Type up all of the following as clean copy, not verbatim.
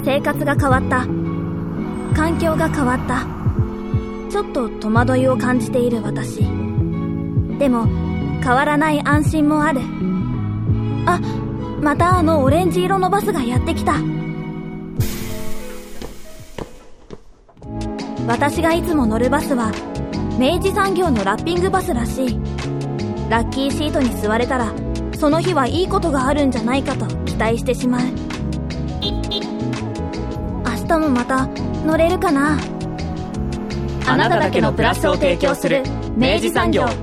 生活が変わった。環境が変わった。ちょっと戸惑いを感じている私。でも変わらない安心もある。あ、またオレンジ色のバスがやってきた。私がいつも乗るバスは明治産業のラッピングバスらしい。ラッキーシートに座れたらその日はいいことがあるんじゃないかと期待してしまう。明日もまた乗れるかな。 あなただけのプラスを提供する明治産業。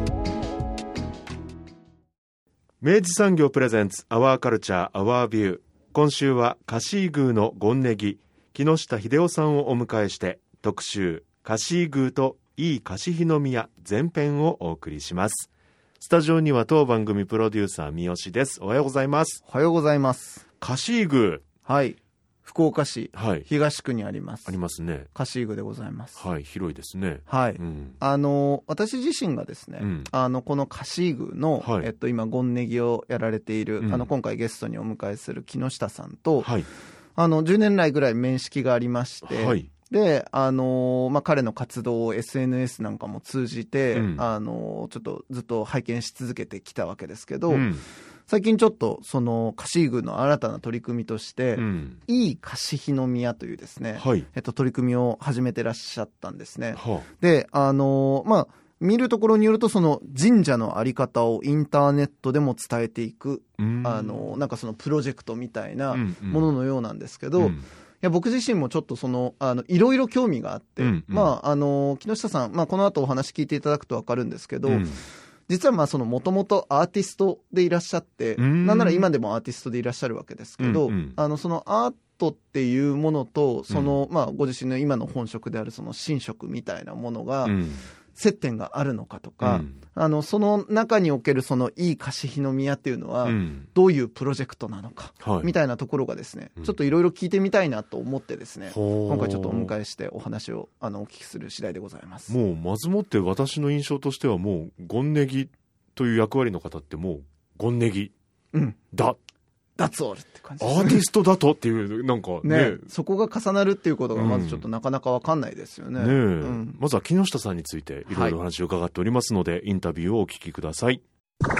明治産業プレゼンツアワーカルチャーアワービュー。今週はカシーグーのゴンネギ木下秀夫さんをお迎えして特集カシーグーといいカシヒノミヤ前編をお送りします。スタジオには当番組プロデューサー三好です。おはようございます。 おはようございます。 カシーグー、はい、福岡市、 はい、 東区にあります。 ありますね。 カシーグでございます。 はい、広いですね。 はい、私自身がですね、このカシーグの、はい、今ゴンネギをやられている、今回ゲストにお迎えする木下さんと、はい、10年来ぐらい面識がありまして、はい、で彼の活動を SNS なんかも通じて、ちょっとずっと拝見し続けてきたわけですけど、最近ちょっとそのカシーグの新たな取り組みとして、いいカシヒノミヤというですね、はい、取り組みを始めてらっしゃったんですね。で見るところによるとその神社のあり方をインターネットでも伝えていくなんかそのプロジェクトみたいなもののようなんですけど、いや僕自身もちょっといろいろ興味があって、木下さん、この後お話聞いていただくと分かるんですけど、実はもともとアーティストでいらっしゃって、なんなら今でもアーティストでいらっしゃるわけですけど、そのアートっていうものとご自身の今の本職であるその神職みたいなものが、接点があるのかとか、その中におけるそのいいカシヒノミヤっていうのはどういうプロジェクトなのか、みたいなところがですね、ちょっといろいろ聞いてみたいなと思ってですね、今回ちょっとお迎えしてお話をお聞きする次第でございます。 もうまずもって私の印象としてはもうゴンネギという役割の方ってもうゴンネギだ、 That's all って感じですね。アーティストだとっていうなんか ねそこが重なるっていうことがまずちょっとなかなか分かんないですよね。 まずは木下さんについていろいろお話を伺っておりますので、インタビューをお聞きください。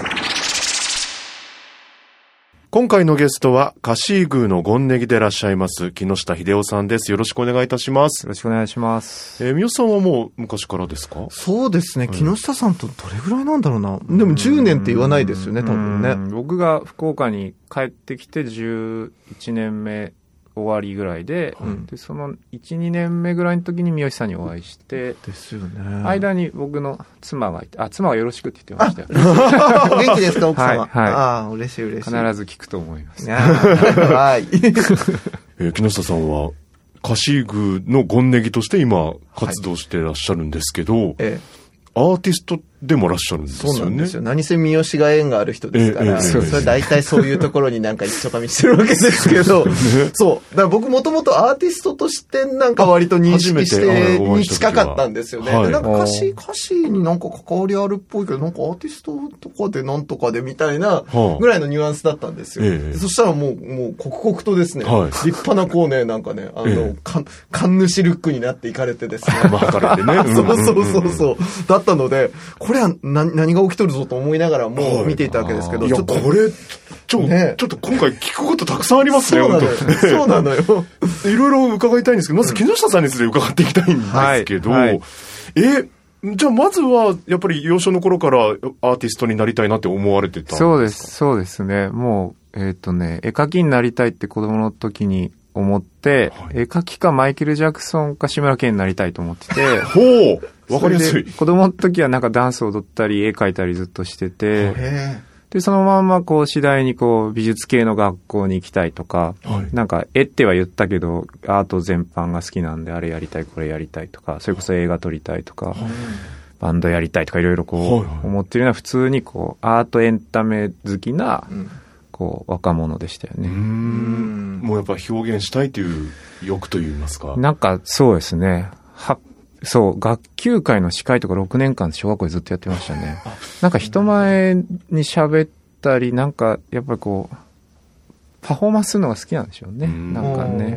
今回のゲストはカシーグーのゴンネギでいらっしゃいます木下秀夫さんです。よろしくお願いいたします。 よろしくお願いします。 三好さんはもう昔からですか？ そうですね、木下さんとどれぐらいなんだろうな。でも10年って言わないですよね、多分ね。 僕が福岡に帰ってきて11年目終わりぐらいで、でその 1,2 年目ぐらいの時に三好さんにお会いしてですよね。 間に僕の妻がいて、妻はよろしくって言ってましたよ。 元気ですか奥様？ はい、 嬉しい嬉しい。 必ず聞くと思います。 はい。 木下さんはカシーグのゴンネギとして今活動してらっしゃるんですけど、アーティストでもらっしゃるんですよね。 そうなんですよ。何せ三好が縁がある人ですから、それ大体そういうところになんか一丁かみしてるわけですけど、そう。だから僕もともとアーティストとしてなんか割と認識してに近かったんですよね。なんか歌詞になんか関わりあるっぽいけど、なんかアーティストとかでなんとかでみたいなぐらいのニュアンスだったんですよ。そしたらもう刻々とですね、立派なこうね、なんかね、神主ルックになっていかれてですね。 巻かれてね。 そう。だったので、これは何が起きとるぞと思いながらもう見ていたわけですけど、 いや、これちょっと今回聞くことたくさんありますね。 そうなのよ。 いろいろ伺いたいんですけど、まず木下さんについて伺っていきたいんですけど、じゃあまずはやっぱり幼少の頃からアーティストになりたいなって思われてたんですか？ そうですね。もう絵描きになりたいって子供の時に思って、絵描きかマイケル・ジャクソンか志村けんになりたいと思ってて。 ほう、わかりやすい。 子供の時はなんかダンスを踊ったり絵描いたりずっとしてて、でそのままこう次第にこう美術系の学校に行きたいとか、なんか絵っては言ったけどアート全般が好きなんであれやりたいこれやりたいとか、それこそ映画撮りたいとか、バンドやりたいとかいろいろこう思ってるのは普通にこうアートエンタメ好きなこう若者でしたよね。 もうやっぱ表現したいという欲といいますか。 なんかそうですね。そう学級会の司会とか6年間小学校でずっとやってましたね。なんか人前に喋ったりなんかやっぱりこうパフォーマンスするのが好きなんでしょうね。なんかね多分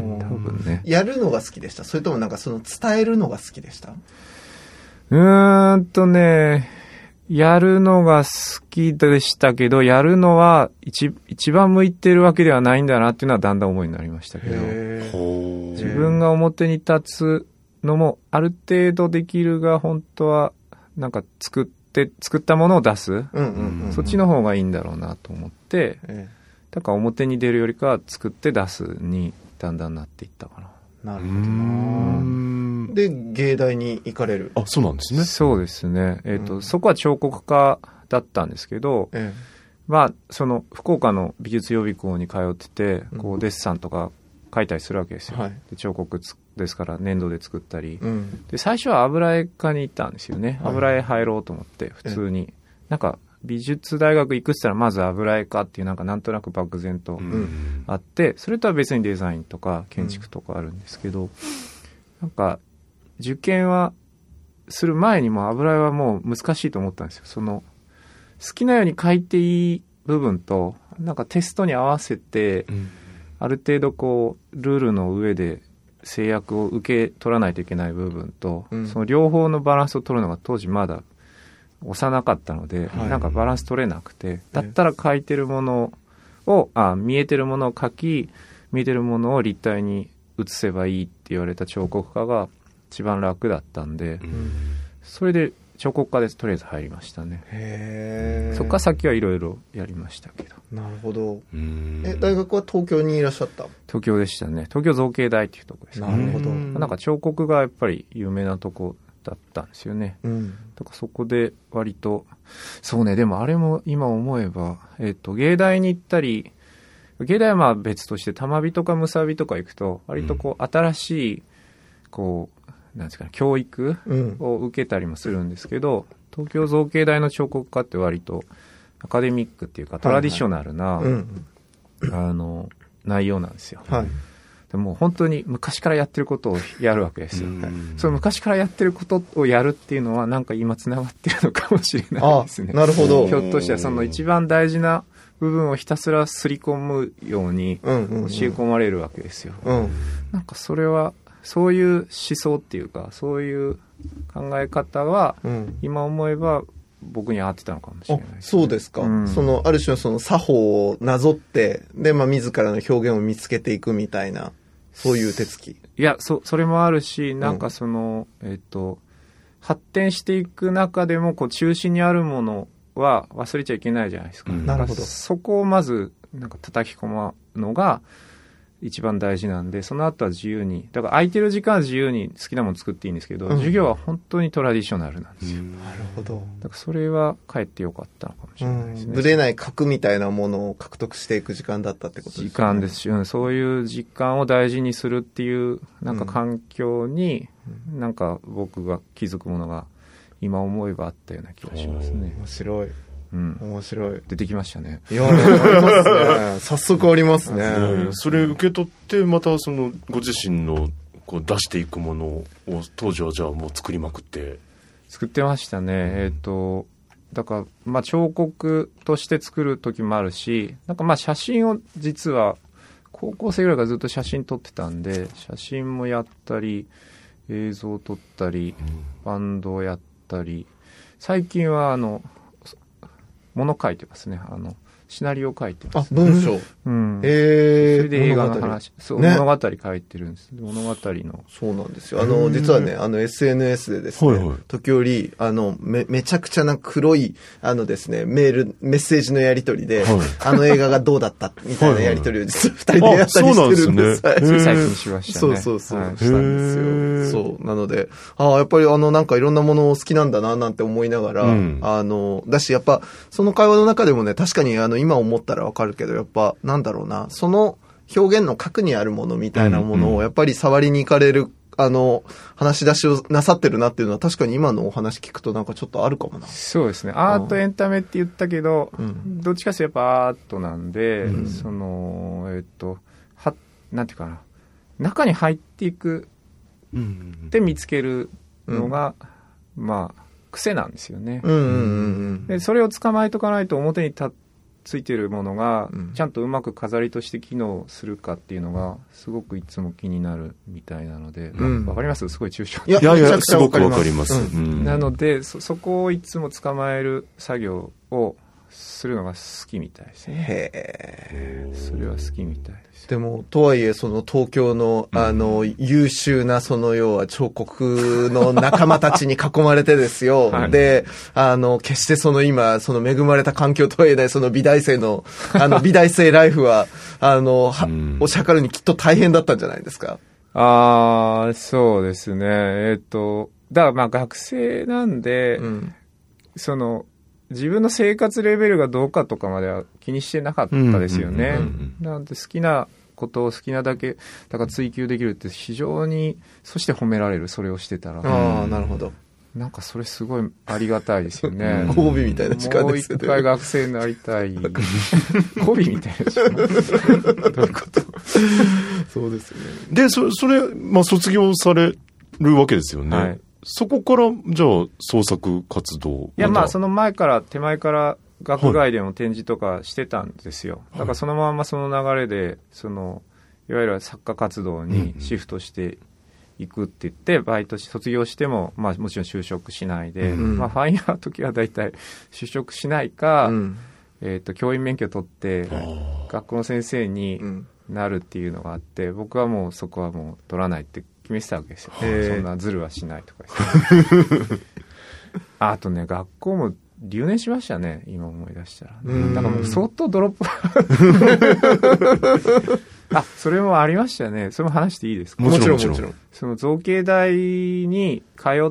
分ね。 やるのが好きでした？それともなんかその伝えるのが好きでした？ やるのが好きでしたけど、やるのは一番向いてるわけではないんだなっていうのはだんだん思いになりましたけど、自分が表に立つのもある程度できるが、本当はなんか作ったものを出す、そっちの方がいいんだろうなと思って、だから表に出るよりかは作って出すにだんだんなっていったかな。 なるほどな。で、芸大に行かれる。 あ、そうなんですね。 そうですね。そこは彫刻科だったんですけど、まあ、その福岡の美術予備校に通ってて、こうデッサンとか描いたりするわけですよ。で彫刻ですから粘土で作ったり、で最初は油絵科に行ったんですよね。油絵入ろうと思って普通に、なんか美術大学行くって言ったらまず油絵科っていうなんとなく漠然とあって、それとは別にデザインとか建築とかあるんですけど、なんか受験はする前にも油絵はもう難しいと思ったんですよ。その好きなように描いていい部分と、なんかテストに合わせて、ある程度こうルールの上で制約を受け取らないといけない部分と、その両方のバランスを取るのが当時まだ幼かったので、なんかバランス取れなくて、だったら描いてるものを見えてるものを描き、見えてるものを立体に写せばいいって言われた彫刻家が一番楽だったんで、それで彫刻家でとりあえず入りましたね。そこから先はいろいろやりましたけど。 なるほど。大学は東京にいらっしゃった？ 東京でしたね。東京造形大っていうところですね。 なるほど。 なんか彫刻がやっぱり有名なとこだったんですよね。だからそこで割と、そうね、でもあれも今思えば、芸大に行ったり、芸大はまあ別として玉美とかむさびとか行くと、割とこう新しい、こう、なんですかね、教育を受けたりもするんですけど、東京造形大の彫刻家って割とアカデミックっていうかトラディショナルな、内容なんですよ。でも本当に昔からやってることをやるわけですよ。その昔からやってることをやるっていうのはなんか今つながってるのかもしれないですね。 なるほど。 ひょっとしたらその一番大事な部分をひたすらすり込むように教え込まれるわけですよ。なんかそれはそういう思想っていうか、そういう考え方は、今思えば僕に合ってたのかもしれないですね。 そうですか。その、ある種のその作法をなぞって、で、まあ、自らの表現を見つけていくみたいな、そういう手つき。 いや、それもあるし、なんかその、発展していく中でも、こう、中心にあるものは忘れちゃいけないじゃないですか。 なるほど。 そこをまず、なんか叩き込むのが、一番大事なんで、その後は自由に、だから空いてる時間は自由に好きなもの作っていいんですけど、授業は本当にトラディショナルなんですよ。 なるほど。 だからそれはかえってよかったのかもしれないですね。 ぶれない核みたいなものを獲得していく時間だったってことですね。 時間ですし、そういう時間を大事にするっていうなんか環境に、なんか僕が気づくものが今思えばあったような気がしますね。 面白い。面白い。 出てきましたね。 いや、ありますね。早速ありますね。 それ受け取って、またそのご自身のこう出していくものを当時はじゃあもう作りまくって。 作ってましたね。だから、まあ彫刻として作る時もあるし、なんかまあ写真を実は高校生ぐらいからずっと写真撮ってたんで、写真もやったり、映像を撮ったり、バンドをやったり、最近はもの書いてますね。シナリオ書いてます、 ね。文章。 それで映画の話。そう、ね、物語書いてるんです。物語の。 そうなんですよ。実はね、SNS でですね、時折、めちゃくちゃな黒い、ですね、メッセージのやり取りで、映画がどうだったみたいなやり取りを実は二人でやったりしてるんです。 最近しましたね。 そう、したんですよ。そう。なので、やっぱりなんかいろんなものを好きなんだな、なんて思いながら、だし、やっぱ、その会話の中でもね、確かに今思ったらわかるけど、やっぱ、なんだろうな、その表現の核にあるものみたいなものを、やっぱり触りに行かれる、話し出しをなさってるなっていうのは、確かに今のお話聞くとなんかちょっとあるかもな。 そうですね。アートエンタメって言ったけど、どっちかというとやっぱアートなんで、なんていうかな、中に入っていく、で見つけるのが、まあ、癖なんですよね。で、それを捕まえとかないと表に立ついてるものがちゃんとうまく飾りとして機能するかっていうのがすごくいつも気になるみたいなので、わかります？すごい抽象的。 いやすごくわかります。 なのでそこをいつも捕まえる作業をするのが好きみたいですね。それは好きみたいです。 でもとはいえその東京の優秀なその要は彫刻の仲間たちに囲まれてですよ。はい、で決してその今その恵まれた環境とはいえないその美大生の美大生ライフはおっしゃるにきっと大変だったんじゃないですか。 そうですね。だからまあ学生なんで、その自分の生活レベルがどうかとかまでは気にしてなかったですよね。なので好きなことを好きなだけだから追求できるって非常に、そして褒められる、それをしてたら。 なるほど。 なんかそれすごいありがたいですよね。 ご褒美みたいな時間ですよね。 もう一回学生になりたい。ご褒美みたいな時間。どういうこと？ そうですよね。 で、それ、まあ、卒業されるわけですよね。はい。そこから、じゃあ、創作活動。 いや、まあ、その手前から学外でも展示とかしてたんですよ。はい、だからそのままその流れで、いわゆる作家活動にシフトしていくって言って、バイト卒業しても、まあ、もちろん就職しないで、まあ、ファインアート時は大体就職しないか、教員免許取って、学校の先生になるっていうのがあって、僕はもうそこはもう取らないって決めてたわけですよ。そんなズルはしないとかあとね、学校も留年しましたね、今思い出したら。だからもう相当ドロップそれもありましたね。それも話していいですか？ もちろん。 その造形大に通って、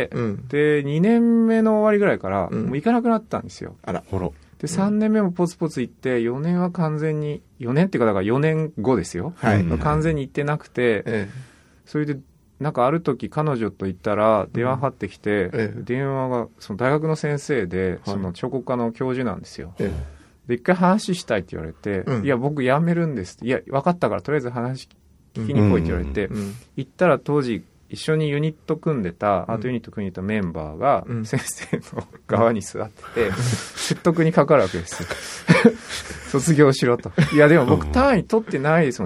で2年目の終わりぐらいからもう行かなくなったんですよ。 あら、ほら。 で3年目もポツポツ行って、4年は完全に、4年っていうかだから4年後ですよ。完全に行ってなくて、それでなんかある時彼女と行ったら電話かかってきて、電話がその大学の先生で、その彫刻家の教授なんですよ。で一回話したいって言われて、いや僕辞めるんですって、いや分かったからとりあえず話聞きに来いって言われて、行ったら当時一緒にユニット組んでた、アートユニット組んでたメンバーが先生の側に座ってて、説得にかかるわけですよ。卒業しろと。いやでも僕単位取ってない、その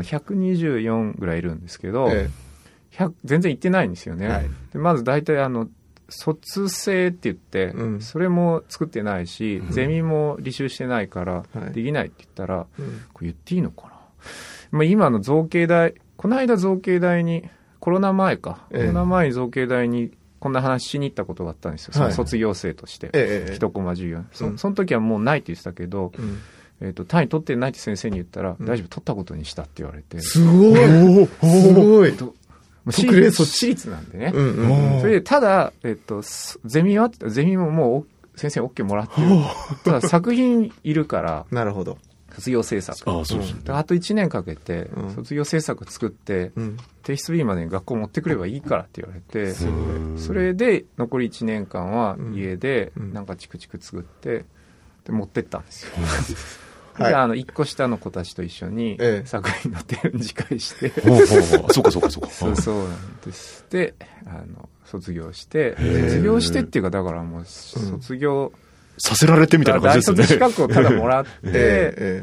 124ぐらいいるんですけど、全然行ってないんですよね。でまず大体卒生って言って、それも作ってないし、ゼミも履修してないからできないって言ったら、これ言っていいのかな。まあ、今の造形大、この間造形大にコロナ前に造形大にこんな話しに行ったことがあったんですよ。その卒業生として、一コマ授業。その時はもうないって言ってたけど、単位取ってないって先生に言ったら、大丈夫、取ったことにしたって言われて。 すごい私立なんでね。それで、ただ、ゼミももう先生 OK もらってる。ただ作品いるから。 なるほど。 卒業制作。あと1年かけて、卒業制作作って、提出日までに学校持ってくればいいからって言われて、それで残り1年間は家でなんかチクチク作って、で持ってったんですよ。で1個下の子たちと一緒に作品の展示会して、 そうか。 そうなんです。で、卒業してっていうか、だからもう卒業、 させられてみたいな感じですね。 大卒資格をただもらって、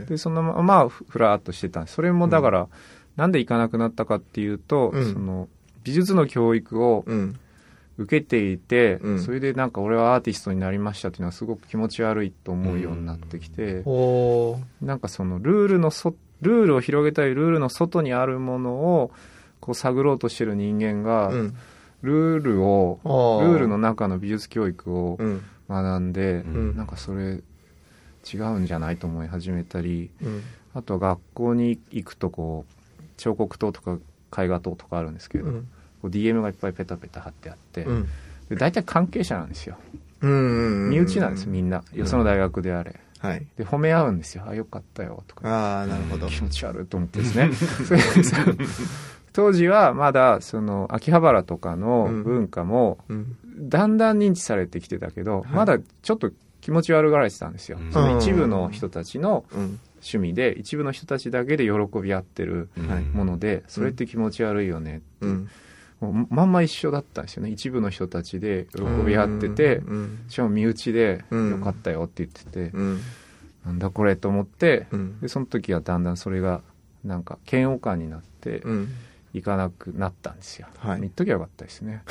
でそのままふらっとしてたんです。それもだから、なんで行かなくなったかっていうと、その美術の教育を受けていて、それでなんか俺はアーティストになりましたっていうのはすごく気持ち悪いと思うようになってきて、なんかそのルールを広げたい、ルールの外にあるものをこう探ろうとしてる人間が、ルールの中の美術教育を学んで、なんかそれ違うんじゃないと思い始めたり、あとは学校に行くとこう彫刻刀とか絵画刀とかあるんですけど、こう DM がいっぱいペタペタ貼ってあって、で大体関係者なんですよ。身内なんですみんな、よその大学であれ。で褒め合うんですよ。よかったよとか。 なるほど。 気持ち悪いと思ってですね。それでさ、当時はまだその秋葉原とかの文化もだんだん認知されてきてたけど、まだちょっと気持ち悪がられてたんですよ。その一部の人たちの趣味で、一部の人たちだけで喜び合ってるもので、それって気持ち悪いよねって、もうまんま一緒だったんですよね。一部の人たちで喜び合ってて、しかも身内でよかったよって言ってて、 なんだこれと思って、でその時はだんだんそれがなんか嫌悪感になって、行かなくなったんですよ。行っときゃよかったですね。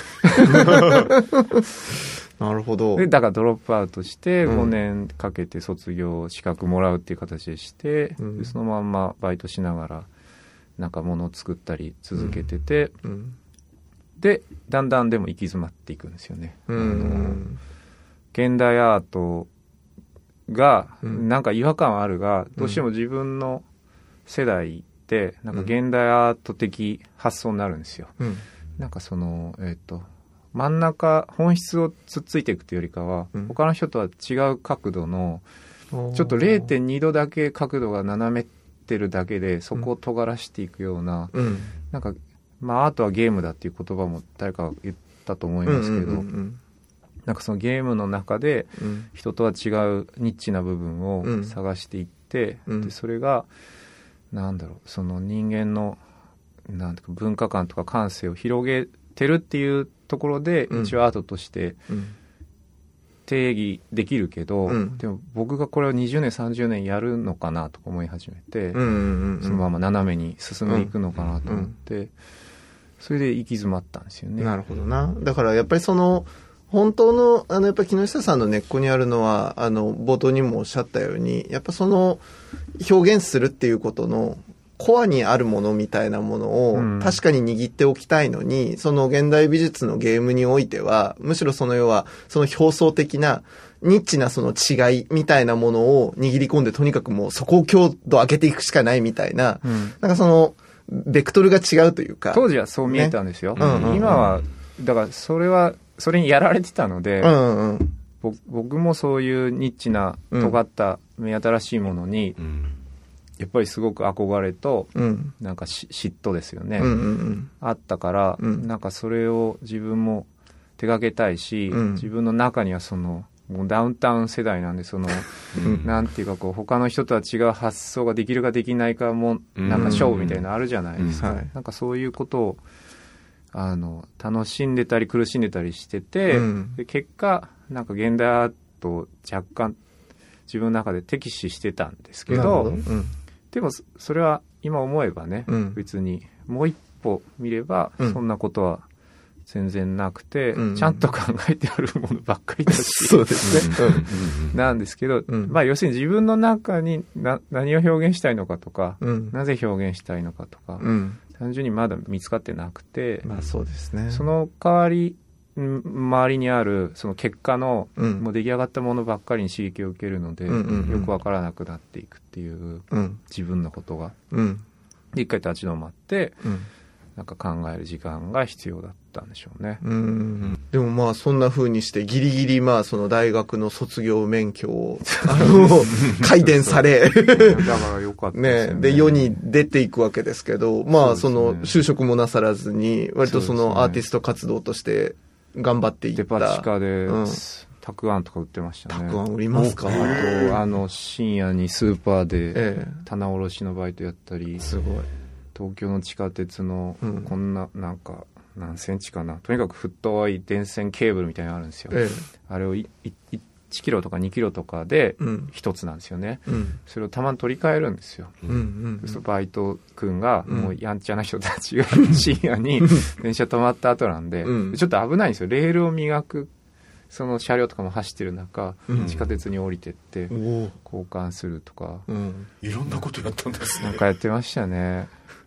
なるほど。 でだからドロップアウトして5年かけて卒業資格もらうっていう形でして、でそのまんまバイトしながらなんか物を作ったり続けてて、でだんだんでも行き詰まっていくんですよね。現代アートがなんか違和感はあるが、どうしても自分の世代ってなんか現代アート的発想になるんですよ。なんかその真ん中本質をつっついていくというよりかは、他の人とは違う角度のちょっと 0.2 度だけ角度が斜めってるだけでそこを尖らしていくような、なんかまあアートはゲームだっていう言葉も誰かが言ったと思いますけど、なんかそのゲームの中で人とは違うニッチな部分を探していって、でそれがなんだろう、その人間のなんていうか文化観とか感性を広げてるっていうところで一応アートとして定義できるけど、でも僕がこれを20年30年やるのかなとか思い始めて、そのまま斜めに進んでいくのかなと思って、それで行き詰まったんですよね。 なるほどな。だからやっぱりその本当のやっぱり木下さんの根っこにあるのは冒頭にもおっしゃったように、やっぱその表現するっていうことのコアにあるものみたいなものを確かに握っておきたいのに、その現代美術のゲームにおいてはむしろその要はその表層的なニッチなその違いみたいなものを握り込んで、とにかくもうそこを強度上げていくしかないみたいな、なんかそのベクトルが違うというか、 当時はそう見えたんですよ。今はだからそれにやられてたので、僕もそういうニッチな尖った目新しいものに、やっぱりすごく憧れと、なんか嫉妬ですよね、あったから、なんかそれを自分も手掛けたいし、自分の中にはそのもうダウンタウン世代なんで、そのなんていうかこう他の人とは違う発想ができるかできないかもなんか勝負みたいなのあるじゃないですか。なんかそういうことを楽しんでたり苦しんでたりしてて、で結果なんか現代アートを若干自分の中で敵視してたんですけど、でもそれは今思えばね、別にもう一歩見ればそんなことは全然なくて、ちゃんと考えてあるものばっかりだし、 そうですね、 なんですけど、まあ要するに自分の中に何を表現したいのかとか、なぜ表現したいのかとか、単純にまだ見つかってなくて、 まあそうですね、 その代わり周りにあるその結果の、もう出来上がったものばっかりに刺激を受けるので、よくわからなくなっていくっていう、自分のことが、で一回立ち止まって、なんか考える時間が必要だったんでしょうね。 でもまあそんな風にしてギリギリまあその大学の卒業免許を改伝されだからよかったですね。 で世に出ていくわけですけど、まあその就職もなさらずに割とそのアーティスト活動として頑張っていった。 デパ地下で、たくあんとか売ってましたね。 たくあん売りますか。 あと深夜にスーパーで棚卸しのバイトやったり、 すごい。 東京の地下鉄のこんななんか何センチかな、とにかく太い電線ケーブルみたいなのあるんですよ、あれを1キロとか2キロとかで一つなんですよね、それをたまに取り替えるんですよ、バイト君がもうやんちゃな人たちが深夜に電車止まった後なんで、ちょっと危ないんですよ。レールを磨くその車両とかも走ってる中、地下鉄に降りてって交換するとか、 いろんなことやったんですね。 なんかやってましたね。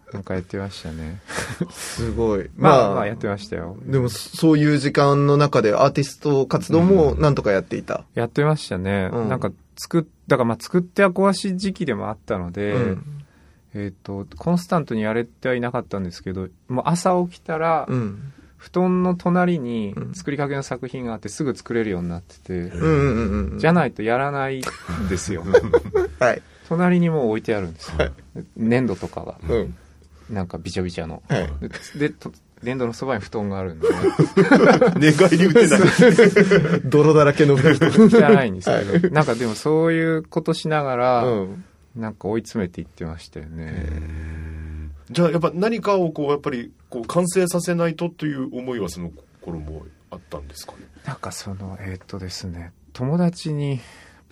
すごい。 まあやってましたよ。 でもそういう時間の中でアーティスト活動もなんとかやっていた。 やってましたね。なんかだから作っては壊し時期でもあったので、コンスタントにやれてはいなかったんですけど、もう朝起きたら、布団の隣に作りかけの作品があってすぐ作れるようになってて、じゃないとやらないんですよ。 はい。 隣にもう置いてあるんですよ。粘土とかが。なんかびちゃびちゃの。で、粘土のそばに布団があるんで。 寝返り打ってない。 泥だらけの布団。 汚いんですけど。なんかでもそういうことしながら、なんか追い詰めていってましたよね。 じゃあやっぱ何かをやっぱり完成させないとという思いはその頃もあったんですかね。 なんかですね、友達に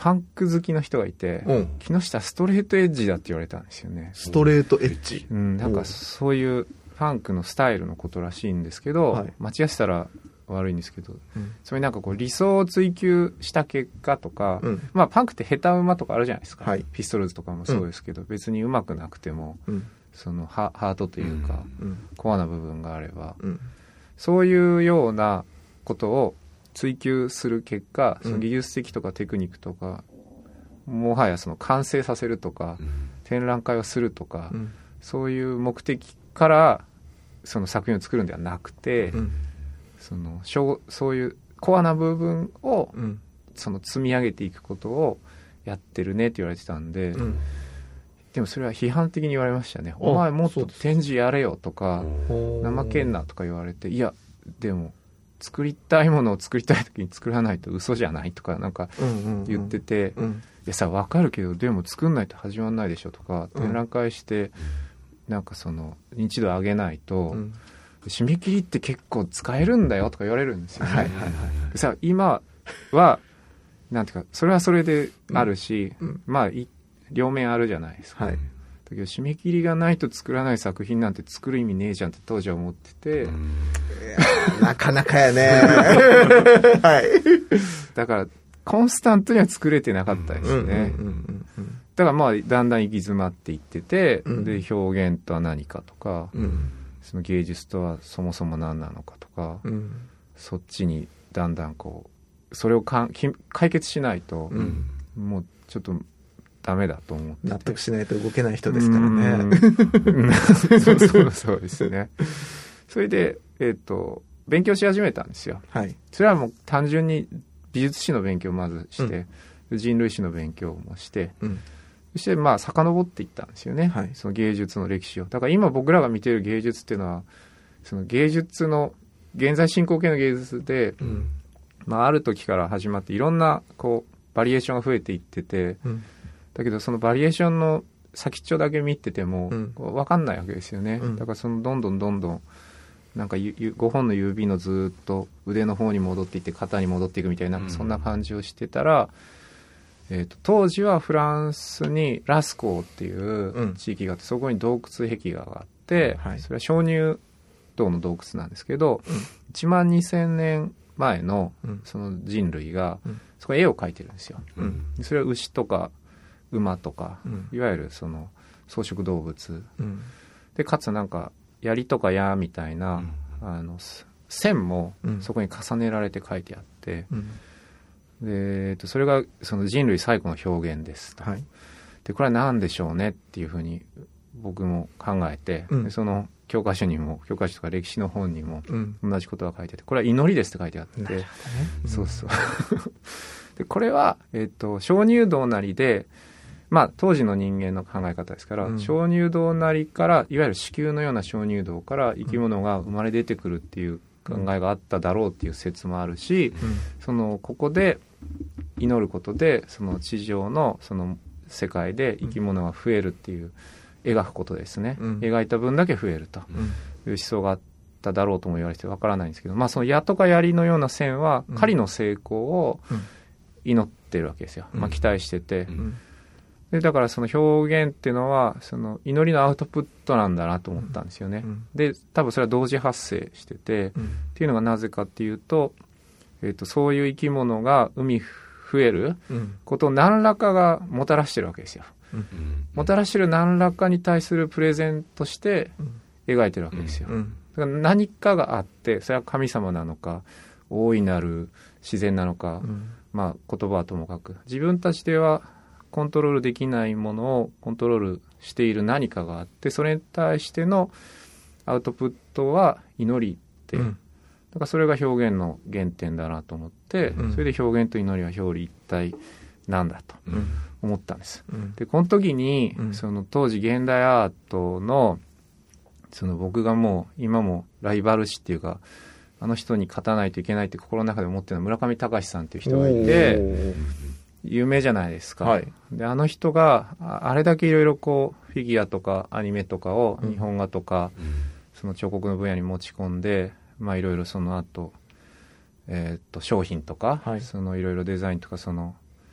パンク好きの人がいて、木下ストレートエッジだって言われたんですよね。 ストレートエッジ、 なんかそういうパンクのスタイルのことらしいんですけど、間違ってたら悪いんですけど、そういうなんかこう理想を追求した結果とか、まあパンクって下手馬とかあるじゃないですか、ピストルズとかもそうですけど、別に上手くなくても、そのハートというか、コアな部分があれば、そういうようなことを追求する結果、その技術的とかテクニックとか、もはやその完成させるとか、展覧会をするとか、そういう目的からその作品を作るんではなくて、そういうコアな部分をその積み上げていくことをやってるねって言われてたんで、でもそれは批判的に言われましたね。お前もっと展示やれよとか、怠けんなとか言われて、いやでも作りたいものを作りたい時に作らないと嘘じゃないとかなんか言ってて、いやさ分かるけどでも作んないと始まんないでしょとか、展覧会してなんかその認知度上げないと、締め切りって結構使えるんだよとか言われるんですよね。さ今はなんていうかそれはそれであるし、まあ両面あるじゃないですか、だけど締め切りがないと作らない作品なんて作る意味ねえじゃんって当時は思ってて、 なかなかやねだからコンスタントには作れてなかったですね。だからまあだんだん行き詰まっていってて、で表現とは何かとか、その芸術とはそもそも何なのかとか、そっちにだんだんこうそれを解決しないと、もうちょっとダメだと思って納得しないと動けない人ですからね。 そうですね。それで勉強し始めたんですよ。それはもう単純に美術史の勉強をまずして、人類史の勉強もして、そしてまあ遡っていったんですよね、その芸術の歴史を。だから今僕らが見ている芸術っていうのはその芸術の現在進行形の芸術で、まあ、ある時から始まっていろんなこうバリエーションが増えていってて、だけどそのバリエーションの先っちょだけ見てても分かんないわけですよね、だからそのどんどんなんか5本の指のずっと腕の方に戻っていって肩に戻っていくみたいな、そんな感じをしてたら、当時はフランスにラスコーっていう地域があって、そこに洞窟壁画があって、それは鍾乳洞の洞窟なんですけど、1万2000年前のその人類がそこに絵を描いてるんですよ、それは牛とか馬とか、いわゆるその草食動物、でかつなんか槍とか矢みたいな、線もそこに重ねられて描いてあって、でそれがその人類最古の表現ですと、でこれは何でしょうねっていうふうに僕も考えて、でその教科書とか歴史の本にも同じことが書いてて、これは祈りですって書いてあって、そうそうでこれは、鍾乳洞なりで、まあ当時の人間の考え方ですから、鍾乳洞なりからいわゆる子宮のような鍾乳洞から生き物が生まれ出てくるっていう考えがあっただろうっていう説もあるし、ここで祈ることでその地上のその世界で生き物が増えるっていう、描くことですね、描いた分だけ増えるという思想があっただろうとも言われてわからないんですけど、まあその矢とか槍のような線は狩りの成功を祈ってるわけですよ、まあ、期待してて、でだからその表現っていうのはその祈りのアウトプットなんだなと思ったんですよね、で多分それは同時発生してて、っていうのがなぜかっていうと、そういう生き物が増えることを何らかがもたらしてるわけですよ、もたらしてる何らかに対するプレゼントして描いてるわけですよ、だから何かがあって、それは神様なのか大いなる自然なのか、まあ言葉はともかく自分たちではコントロールできないものをコントロールしている何かがあって、それに対してのアウトプットは祈りって、だからそれが表現の原点だなと思って、それで表現と祈りは表裏一体なんだと思ったんです、でこの時に、その当時現代アートのその僕がもう今もライバル視っていうか、あの人に勝たないといけないって心の中で思ってるのは村上隆さんっていう人がいて、有名じゃないですか、であの人があれだけいろいろこうフィギュアとかアニメとかを日本画とか、その彫刻の分野に持ち込んで、まあいろいろその後、商品とか、そのいろいろデザインとかその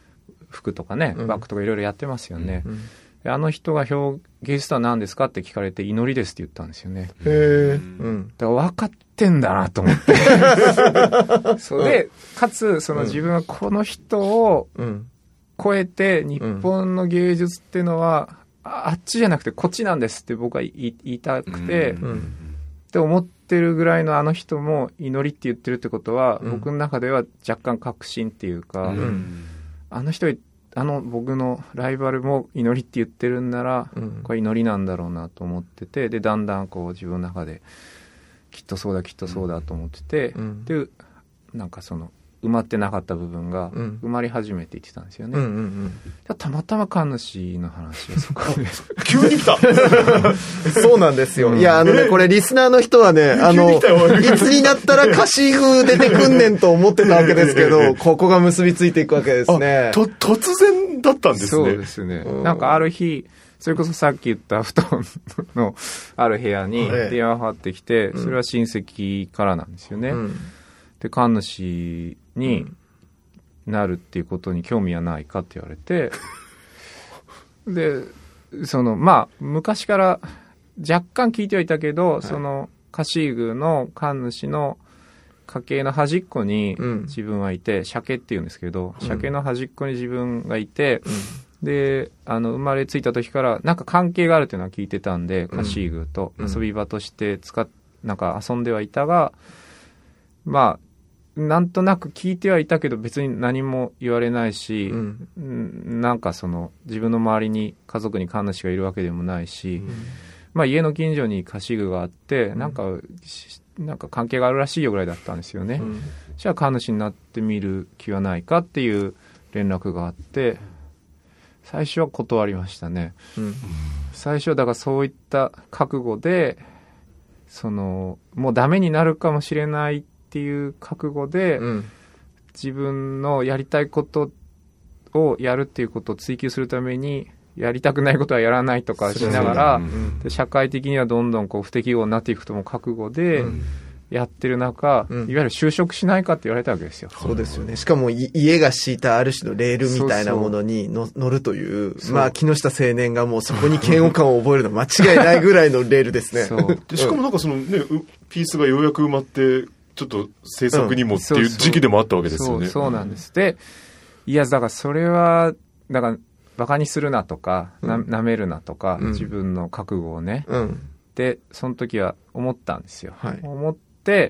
服とかね、バッグとかいろいろやってますよね。あの人が芸術とは何ですかって聞かれて、祈りですって言ったんですよね。 へー。だから分かってんだなと思って。それで、かつ、その自分はこの人を超えて、日本の芸術っていうのは、あっちじゃなくてこっちなんですって僕は言いたくて、って思ってるぐらいのあの人も祈りって言ってるってことは、僕の中では若干確信っていうか、あの人僕のライバルも祈りって言ってるんなら、これ祈りなんだろうなと思ってて、でだんだんこう自分の中できっとそうだきっとそうだと思ってて、でなんかその埋まってなかった部分が埋まり始めていってたんですよね。たまたま神主の話がそこで急に来たそうなんですよ。いやこれリスナーの人はね、いつになったら歌詞風出てくんねんと思ってたわけですけど、ここが結びついていくわけですね。 突然だったんですね。 そうですね。なんかある日、それこそさっき言った布団のある部屋に電話がかかってきて、それは親戚からなんですよね。で神主になるっていうことに興味はないかって言われて、でまあ昔から若干聞いてはいたけど、そのカシーグの神主の家系の端っこに自分はいて、鮭っていうんですけど、鮭の端っこに自分がいて、で生まれついた時からなんか関係があるっていうのは聞いてたんで、カシーグと遊び場としてなんか遊んではいたが、まあなんとなく聞いてはいたけど別に何も言われないし、なんかその自分の周りに家族に神主がいるわけでもないし、まあ家の近所にカシグがあって、なんか関係があるらしいよぐらいだったんですよね。じゃあ神主になってみる気はないかっていう連絡があって、最初は断りましたね。最初はだからそういった覚悟で、もうダメになるかもしれないっていう覚悟で、自分のやりたいことをやるっていうことを追求するために、やりたくないことはやらないとかしながら、で社会的にはどんどんこう不適合になっていくとも覚悟でやってる中、いわゆる就職しないかって言われたわけですよ。 そうですよね。しかも家が敷いたある種のレールみたいなものに乗るという、まあ木下青年がもうそこに嫌悪感を覚えるのは間違いないぐらいのレールですね。 でしかもなんかピースがようやく埋まって、ちょっと制作にもっていう時期でもあったわけですよね。 そうなんです。で、いや、だからそれは、だから、バカにするなとか、なめるなとか、自分の覚悟をね。で、その時は思ったんですよ。思って、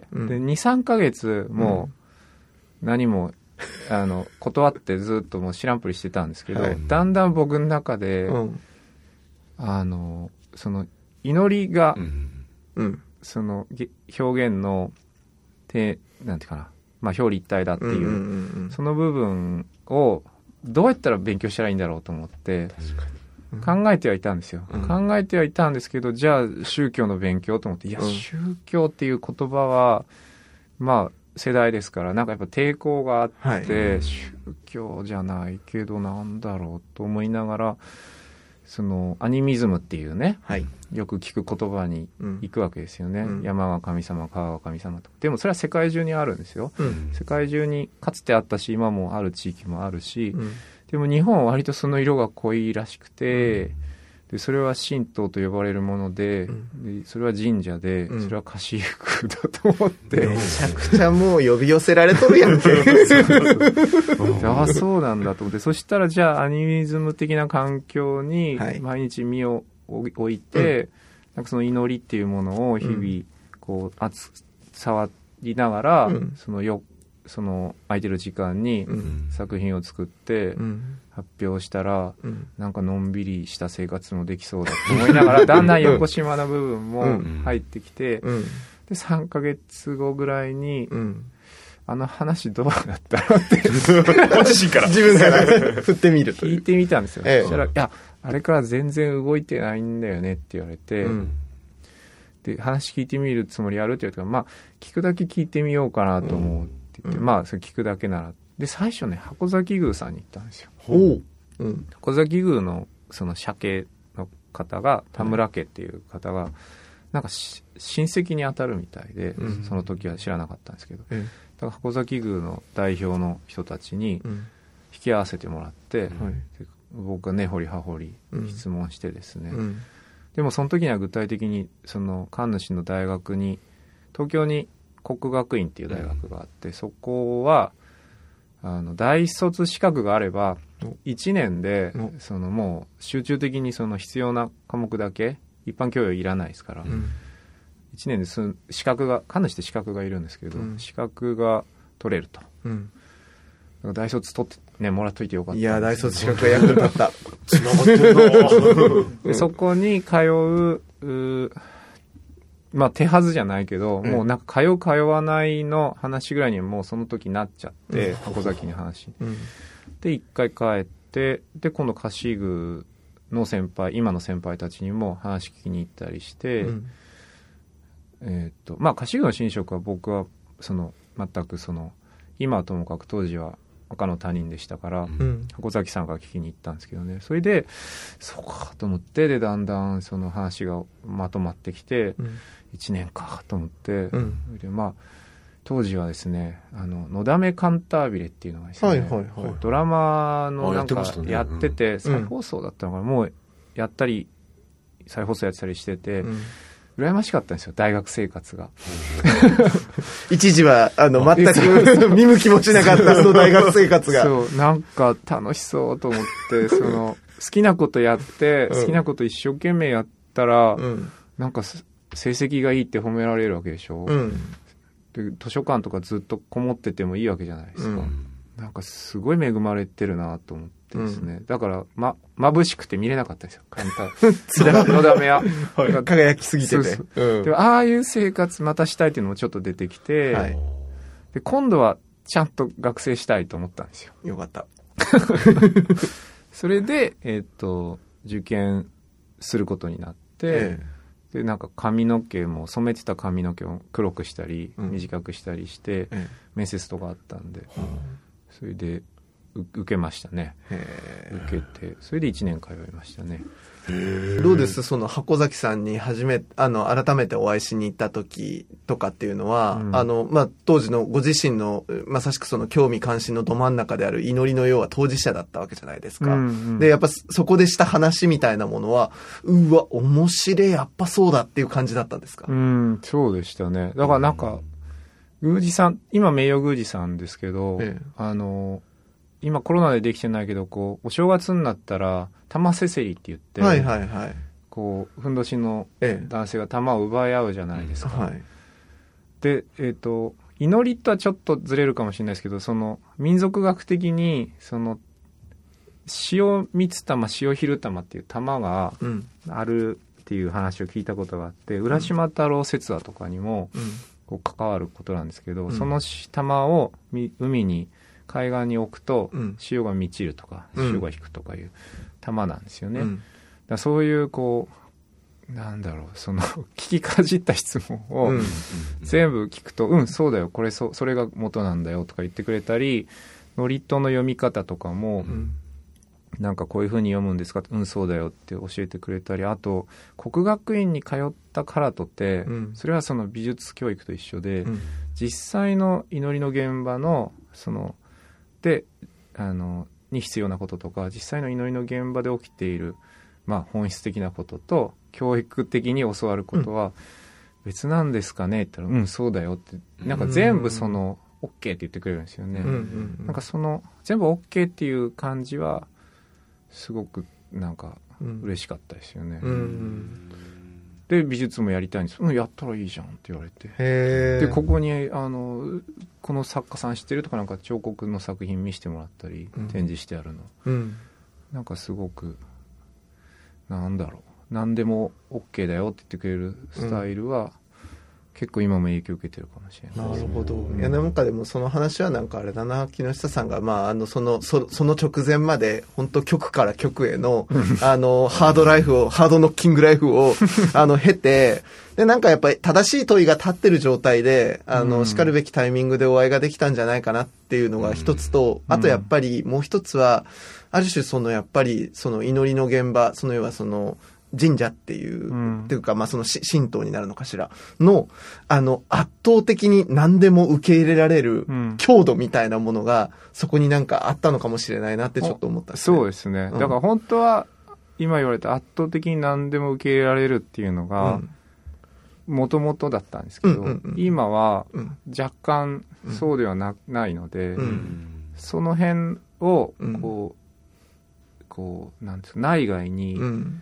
で、2、3ヶ月もう何も、断ってずっともう知らんぷりしてたんですけど、だんだん僕の中で、祈りが、その表現の、なんていうかな、まあ表裏一体だっていう、その部分をどうやったら勉強したらいいんだろうと思って考えてはいたんですよ。考えてはいたんですけど、じゃあ宗教の勉強と思って、いや、宗教っていう言葉はまあ世代ですから、なんかやっぱ抵抗があって、宗教じゃないけどなんだろうと思いながら、アニミズムっていうね、よく聞く言葉に行くわけですよね。山が神様、川が神様と。でもそれは世界中にあるんですよ。世界中にかつてあったし、今もある地域もあるし、でも日本は割とその色が濃いらしくて、でそれは神道と呼ばれるもので、それは神社で、それは歌詞服だと思って、 めちゃくちゃもう呼び寄せられとるやんけ。 ああ、そうなんだと思って、そしたらじゃあアニミズム的な環境に毎日身を置いて、なんかその祈りっていうものを日々こう触りながら、その空いてる時間に作品を作って発表したら、なんかのんびりした生活もできそうだと思いながら、だんだん横島な部分も入ってきて、で3ヶ月後ぐらいに、あの話どうだったのってご自身から自分から振ってみると聞いてみたんですよ。そしたら、いや、あれから全然動いてないんだよねって言われて、で話聞いてみるつもりあるって言われたから、まあ聞くだけ聞いてみようかなと思うって言って、まあそれ聞くだけなら、で最初ね、箱崎宮さんに行ったんですよ。箱崎宮のその鮭の方が、田村家っていう方がなんか親戚に当たるみたいで、その時は知らなかったんですけど、だから箱崎宮の代表の人たちに、 引き合わせてもらって、僕が根掘り葉掘り質問してですね、でもその時には具体的にその神主の大学に東京に国学院っていう大学があって、そこは大卒資格があれば1年でそのもう集中的にその必要な科目だけ、一般教養いらないですから、1年で資格が、神主って資格がいるんですけど、資格が取れると、だから大卒取ってね、もらっといてよかった。 いや、大卒資格が役に立った。 つながってるなでそこに通う、まあ手はずじゃないけど、もうなんか通わないの話ぐらいにもうその時なっちゃって、箱崎に話、で一回帰って、で今度カシーグの先輩、今の先輩たちにも話聞きに行ったりして、まあカシーグの神職は僕はその全くその今はともかく当時は赤の他人でしたから、箱崎さんが聞きに行ったんですけどね、それでそうかと思って、でだんだんその話がまとまってきて、1年かと思って、でまあ当時はですね、のだめカンタービレっていうのがですね、ドラマのなんかやってて、再放送だったのかな、もうやったり再放送やってたりしてて、羨ましかったんですよ、大学生活が。 一時は全く見向きもしなかったその大学生活が。 そう、なんか楽しそうと思ってその好きなことやって、好きなこと一生懸命やったら、なんか成績がいいって褒められるわけでしょ、で図書館とかずっとこもっててもいいわけじゃないですか、なんかすごい恵まれてるなと思ってですね、だから眩しくて見れなかったですよ、簡単のだめは輝きすぎてて、 でああいう生活またしたいっていうのもちょっと出てきて、で今度はちゃんと学生したいと思ったんですよ。 よかった。 それで受験することになって、でなんか髪の毛も染めてた髪の毛を黒くしたり、短くしたりして、面接とかあったんで、それで受けましたね。受けて、それで1年通いましたね。 どうです、その箱崎さんに改めてお会いしに行った時とかっていうのは、当時のご自身のまさしくその興味関心のど真ん中である祈りの要は当事者だったわけじゃないですか、でやっぱそこでした話みたいなものは、うわ面白い、やっぱそうだっていう感じだったんですか？ そうでしたね。だからなんか宮司さん、今名誉宮司さんですけど、今コロナでできてないけど、こうお正月になったら玉せせりって言って、こうふんどしの男性が玉を奪い合うじゃないですか、で祈りとはちょっとずれるかもしれないですけど、その民族学的にその塩蜜玉、塩昼玉っていう玉があるっていう話を聞いたことがあって、浦島太郎説話とかにもこう関わることなんですけど、その玉を海に海岸に置くと潮が満ちるとか、潮が引くとかいう玉なんですよね、だそういうこうなんだろう、その聞きかじった質問を全部聞くと、そうだよ、これそれが元なんだよとか言ってくれたり、祝詞の読み方とかも、なんかこういう風に読むんですか、そうだよって教えてくれたり、あと国学院に通ったからとって、それはその美術教育と一緒で、実際の祈りの現場のそのでに必要なこととか、実際の祈りの現場で起きている、本質的なことと教育的に教わることは別なんですかねって言ったら、そうだよって、なんか全部その OK って言ってくれるんですよね、なんかその全部 OK っていう感じはすごくなんか嬉しかったですよね、で美術もやりたいんです、やったらいいじゃんって言われて、でここにこの作家さん知ってるとか、なんか彫刻の作品見せてもらったり、展示してあるの、なんかすごくなんだろう、何でも OK だよって言ってくれるスタイルは、結構今も影響を受けてるかもしれないですね。 なるほど。いや、なんかでもその話はなんかあれだな、木下さんがその直前まで本当極から極へのハードノッキングライフを経て、でなんかやっぱり正しい問いが立ってる状態で叱るべきタイミングでお会いができたんじゃないかなっていうのが一つと、あとやっぱりもう一つは、ある種そのやっぱりその祈りの現場、その要はその神社っていう、っていうか、その神道になるのかしらの、圧倒的に何でも受け入れられる強度みたいなものが、そこになんかあったのかもしれないなってちょっと思ったんですね。 そうですね。だから本当は、今言われた圧倒的に何でも受け入れられるっていうのが、もともとだったんですけど、今は若干そうではないので、その辺をなんですか、内外に、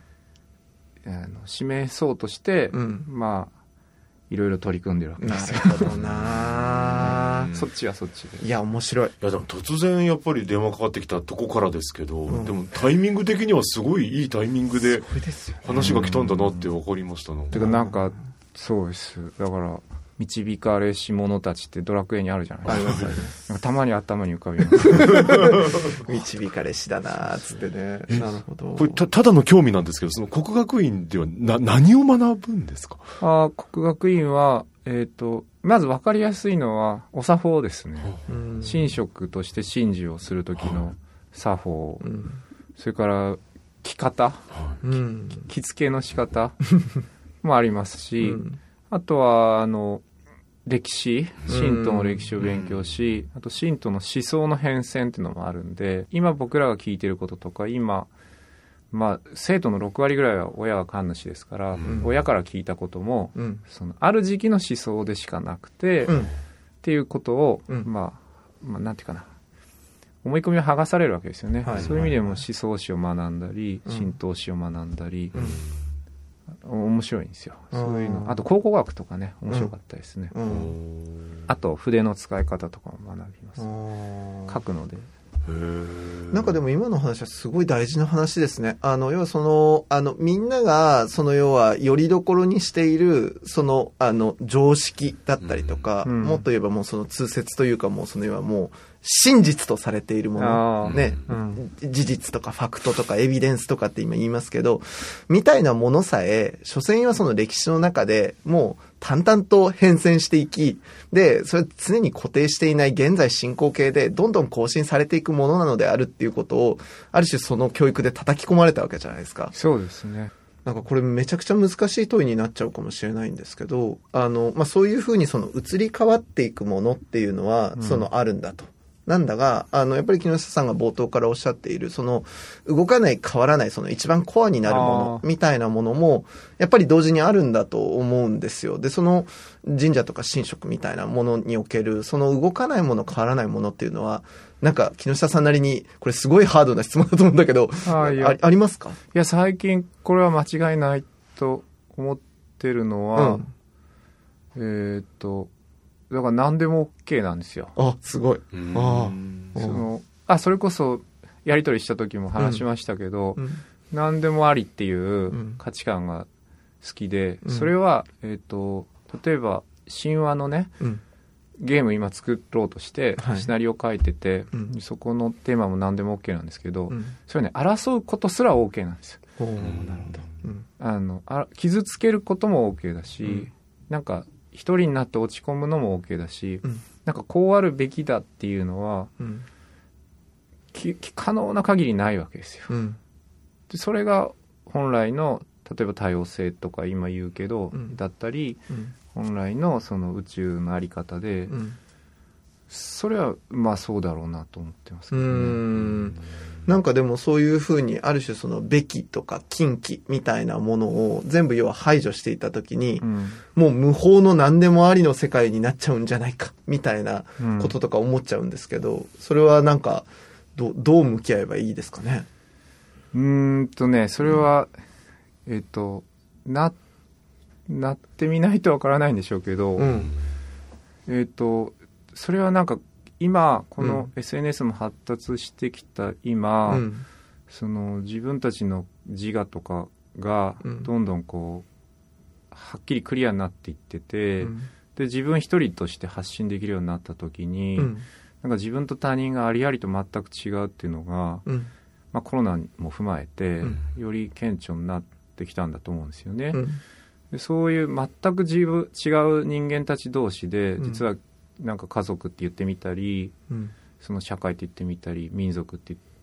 示そうとして、いろいろ取り組んでるわけですよ。 なるほどなそっちはそっちで。 いや、面白い。 いや、でも突然やっぱり電話かかってきたとこからですけど、でもタイミング的にはすごいいいタイミングで話が来たんだなって分かりましたの。 てかなんか、そうです。だから、導かれし者たちってドラクエにあるじゃないですか。なんかたまに頭に浮かびます。導かれしだなーっつってね。なるほど。 これただの興味なんですけど、その国学院では何を学ぶんですか？ 国学院は、まず分かりやすいのはお作法ですね。神職として神事をする時の作法、それから着方、着付けの仕方もありますし、あとは歴史、神道の歴史を勉強し、あと神道の思想の変遷っていうのもあるんで、今僕らが聞いてることとか、今生徒の6割ぐらいは親が神主ですから、親から聞いたことも、そのある時期の思想でしかなくて、っていうことを、なんていうかな、思い込みを剥がされるわけですよね。そういう意味でも思想史を学んだり、神道史を学んだり、面白いんですよ。そういうの。あと考古学とかね、面白かったですね。あと筆の使い方とかも学びます。書くので。 なんかでも今の話はすごい大事な話ですね。要はみんなが要はよりどころにしている常識だったりとか、もっと言えばもう通説というか、もう要はもう真実とされているものね、事実とかファクトとかエビデンスとかって今言いますけど、みたいなものさえ所詮はその歴史の中でもう淡々と変遷していき、でそれ常に固定していない現在進行形でどんどん更新されていくものなのであるっていうことを、ある種その教育で叩き込まれたわけじゃないですか。 そうですね。 なんかこれめちゃくちゃ難しい問いになっちゃうかもしれないんですけど、そういうふうに移り変わっていくものっていうのはあるんだと。なんだが、やっぱり木下さんが冒頭からおっしゃっている、動かない変わらない一番コアになるものみたいなものもやっぱり同時にあるんだと思うんですよ。で神社とか神職みたいなものにおける動かないもの変わらないものっていうのは、なんか木下さんなりにこれすごいハードな質問だと思うんだけど、ありますか？ いや、最近これは間違いないと思ってるのは、だから何でも OK なんですよ。 すごい。 それこそやり取りした時も話しましたけど、何でもありっていう価値観が好きで、それは、例えば神話のね、ゲーム今作ろうとしてシナリオ書いてて、そこのテーマも何でも OK なんですけど、それね、争うことすら OK なんですよ。なるほど。傷つけることも OK だし、なんか一人になって落ち込むのも OK だし、なんかこうあるべきだっていうのは、可能な限りないわけですよ。でそれが本来の例えば多様性とか今言うけど、だったり、本来の宇宙のあり方で、それはそうだろうなと思ってますけどね。 なんかでもそういうふうにある種べきとか禁忌みたいなものを全部要は排除していたときに、もう無法の何でもありの世界になっちゃうんじゃないかみたいなこととか思っちゃうんですけど、それはなんかどう向き合えばいいですかね？ それは、なってみないとわからないんでしょうけど、それはなんか今この SNS も発達してきた今、自分たちの自我とかがどんどんはっきりクリアになっていってて、で自分一人として発信できるようになった時に、なんか自分と他人がありありと全く違うっていうのが、コロナも踏まえて、より顕著になってきたんだと思うんですよね。でそういう全く違う人間たち同士で、実はなんか家族って言ってみたり、その社会って言ってみたり、民族って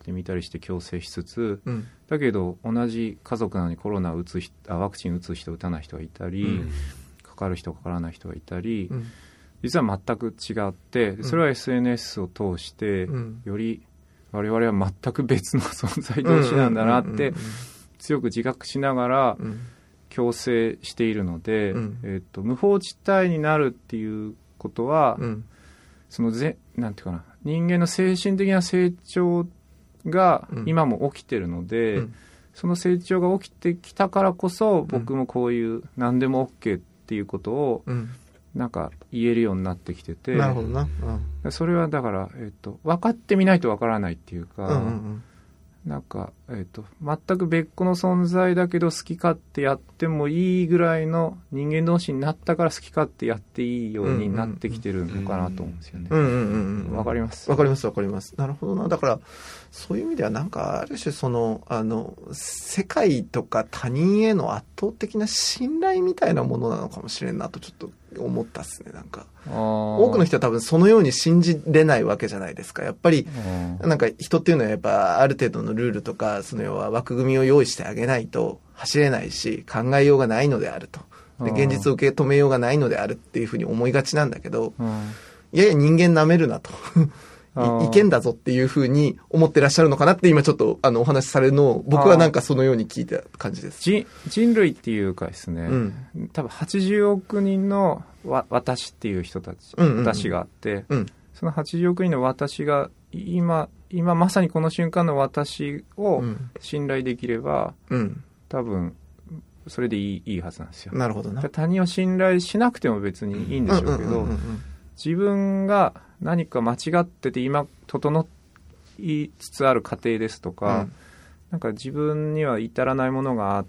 ってみたりして矯正しつつ、だけど同じ家族なのにコロナをワクチン打つ人打たない人がいたり、かかる人かからない人がいたり、実は全く違って、それは SNS を通して、より我々は全く別の存在同士なんだなって強く自覚しながら共生しているので、無法地帯になるっていうことは、そのなんていうかな、人間の精神的な成長が今も起きてるので、その成長が起きてきたからこそ、僕もこういう何でも OK っていうことをなんか言えるようになってきてて、 なるほどな、 それはだから、分かってみないと分からないっていうか、なんか、全く別個の存在だけど好き勝手やってもいいぐらいの人間同士になったから好き勝手やっていいようになってきてるのかなと思うんですよね。わかります。 わかりますわかります。なるほどな。だからそういう意味ではなんかある種その世界とか他人への圧倒的な信頼みたいなものなのかもしれんなとちょっと思ったっすね。なんか多くの人は多分そのように信じれないわけじゃないですか。やっぱりなんか人っていうのはやっぱある程度のルールとかその要は枠組みを用意してあげないと走れないし、考えようがないのであると。で現実を受け止めようがないのであるっていうふうに思いがちなんだけど、いやいや人間舐めるなといけんだぞっていうふうに思ってらっしゃるのかなって今ちょっとお話しされるのを僕はなんかそのように聞いた感じです。 人類っていうかですね、多分80億人の私っていう人たち、私があって、その80億人の私が今まさにこの瞬間の私を信頼できれば、多分それでいいはずなんですよ。 なるほどな。 他人を信頼しなくても別にいいんでしょうけど、自分が何か間違ってて今整いつつある過程ですとか、なんか自分には至らないものがあって、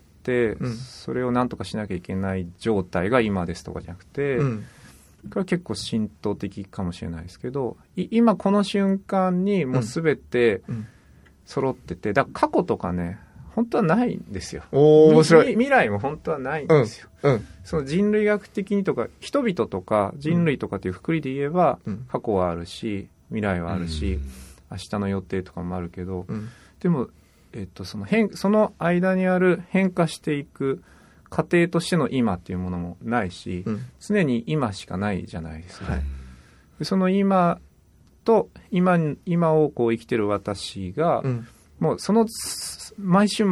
それを何とかしなきゃいけない状態が今ですとかじゃなくて、これは結構浸透的かもしれないですけど、今この瞬間にもう全て揃ってて、だから過去とかね本当はないんですよ。面白い。未来も本当はないんですよ。その人類学的にとか人々とか人類とかっていう括りで言えば、過去はあるし未来はあるし、明日の予定とかもあるけど、でも、その間にある変化していく過程としての今っていうものもないし、常に今しかないじゃないですか。でその今と今をこう生きてる私が、もうその毎春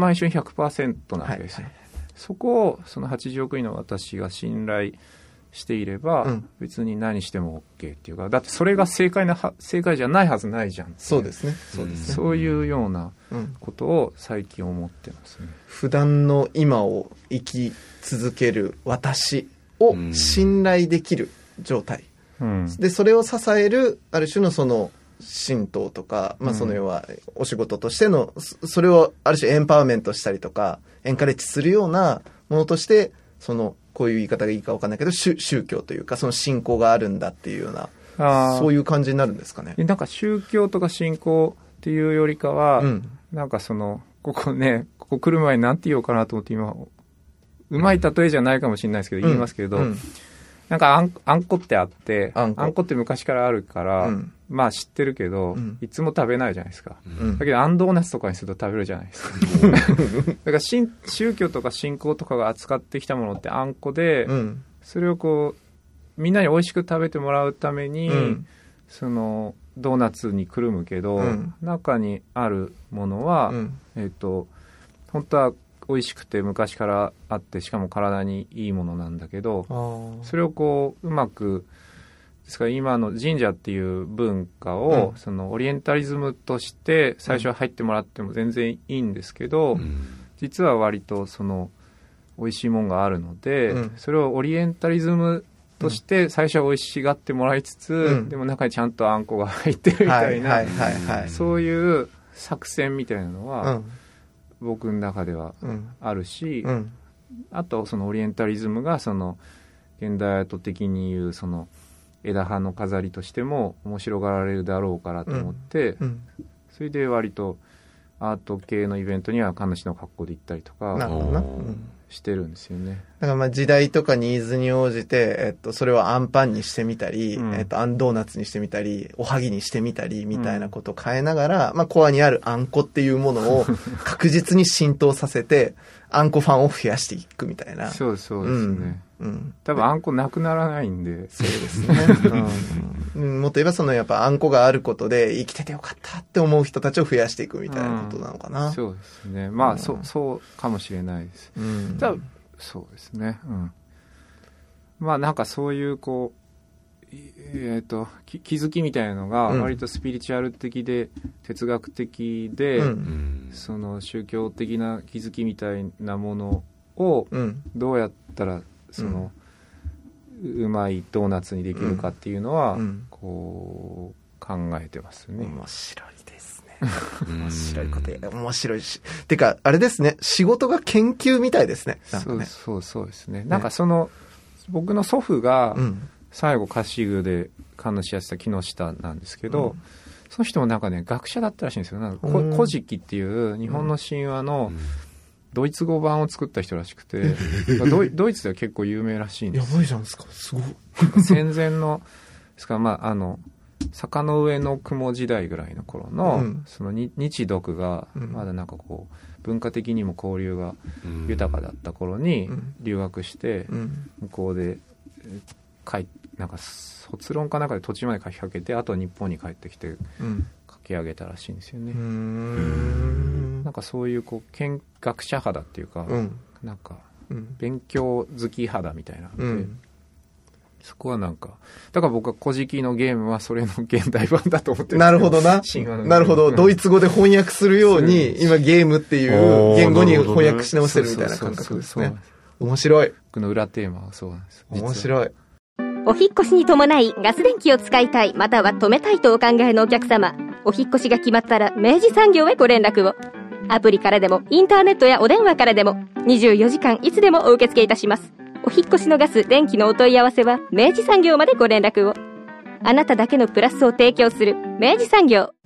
100% なわけですよ。そこをその80億人の私が信頼していれば、別に何しても OK っていうか、だってそれが正解じゃないはずないじゃん。 そうですね。 そういうようなことを最近思ってますね。 普段の今を生き続ける私を信頼できる状態。でそれを支えるある種のその神道とか、その要はお仕事としてのそれをある種エンパワーメントしたりとかエンカレッジするようなものとして、そのこういう言い方がいいか分かんないけど宗教というかその信仰があるんだっていうような、そういう感じになるんですかね。 なんか宗教とか信仰っていうよりかは、なんかそのここ来る前に何て言おうかなと思って今うまい例えじゃないかもしれないですけど言いますけど、なんかあんこってあって、あんこって昔からあるから、まあ知ってるけど、いつも食べないじゃないですか。だけどあんドーナツとかにすると食べるじゃないですか。だから宗教とか信仰とかが扱ってきたものってあんこで、それをこうみんなに美味しく食べてもらうために、そのドーナツにくるむけど、中にあるものは、本当は美味しくて昔からあって、しかも体にいいものなんだけど、それをこううまくですから今の神社っていう文化を、そのオリエンタリズムとして最初は入ってもらっても全然いいんですけど、実は割とその美味しいもんがあるので、それをオリエンタリズムとして最初は美味しがってもらいつつ、でも中にちゃんとあんこが入ってるみたいな、そういう作戦みたいなのは、僕の中ではあるし、あとそのオリエンタリズムがその現代アート的に言うその枝葉の飾りとしても面白がられるだろうからと思って、それで割とアート系のイベントには神主の格好で行ったりとかしてるんですよね。 だからまあ時代とかニーズに応じて、それをアンパンにしてみたり、アンドーナツにしてみたり、おはぎにしてみたり、みたいなことを変えながら、まあコアにあるあんこっていうものを確実に浸透させて、あんこファンを増やしていくみたいな。 そうですね。多分あんこなくならないんで。 そうですね。もっと言えばやっぱあんこがあることで生きててよかったって思う人たちを増やしていくみたいなことなのかな。 そうですね。まあ、そうかもしれないです。そうですね。まあなんかそういう気づきみたいなのが割とスピリチュアル的で哲学的で、その宗教的な気づきみたいなものをどうやったらうまいドーナツにできるかっていうのはこう考えてますね。 面白いですね。面白いこと面白いし、てかあれですね、仕事が研究みたいですね。 そうですね。なんか僕の祖父が最後カシーグで神主やってた木下なんですけど、その人もなんかね学者だったらしいんですよ。なんか古事記っていう日本の神話のドイツ語版を作った人らしくて、ドイツでは結構有名らしいんです。 やばいじゃんですか。すごい。 戦前のですからまあ坂の上の雲時代ぐらいの頃の、その日独がまだなんかこう文化的にも交流が豊かだった頃に留学して向こうでなんか卒論かなんかで途中まで書きかけて、あとは日本に帰ってきて書き上げたらしいんですよね。なんかそういう学者肌っていうか、なんか勉強好き肌みたいなので、そこはなんかだから僕は古事記のゲームはそれの現代版だと思ってるんですよ。 なるほどな。なるほど。ドイツ語で翻訳するように今ゲームっていう言語に翻訳し直してるみたいな感覚ですね。面白い。 僕の裏テーマはそうなんです。 面白い。 お引越しに伴いガス電気を使いたい、または止めたいとお考えのお客様、お引越しが決まったら明治産業へご連絡を。アプリからでもインターネットやお電話からでも24時間いつでもお受け付けいたします。お引越しのガス電気のお問い合わせは明治産業までご連絡を。あなただけのプラスを提供する明治産業。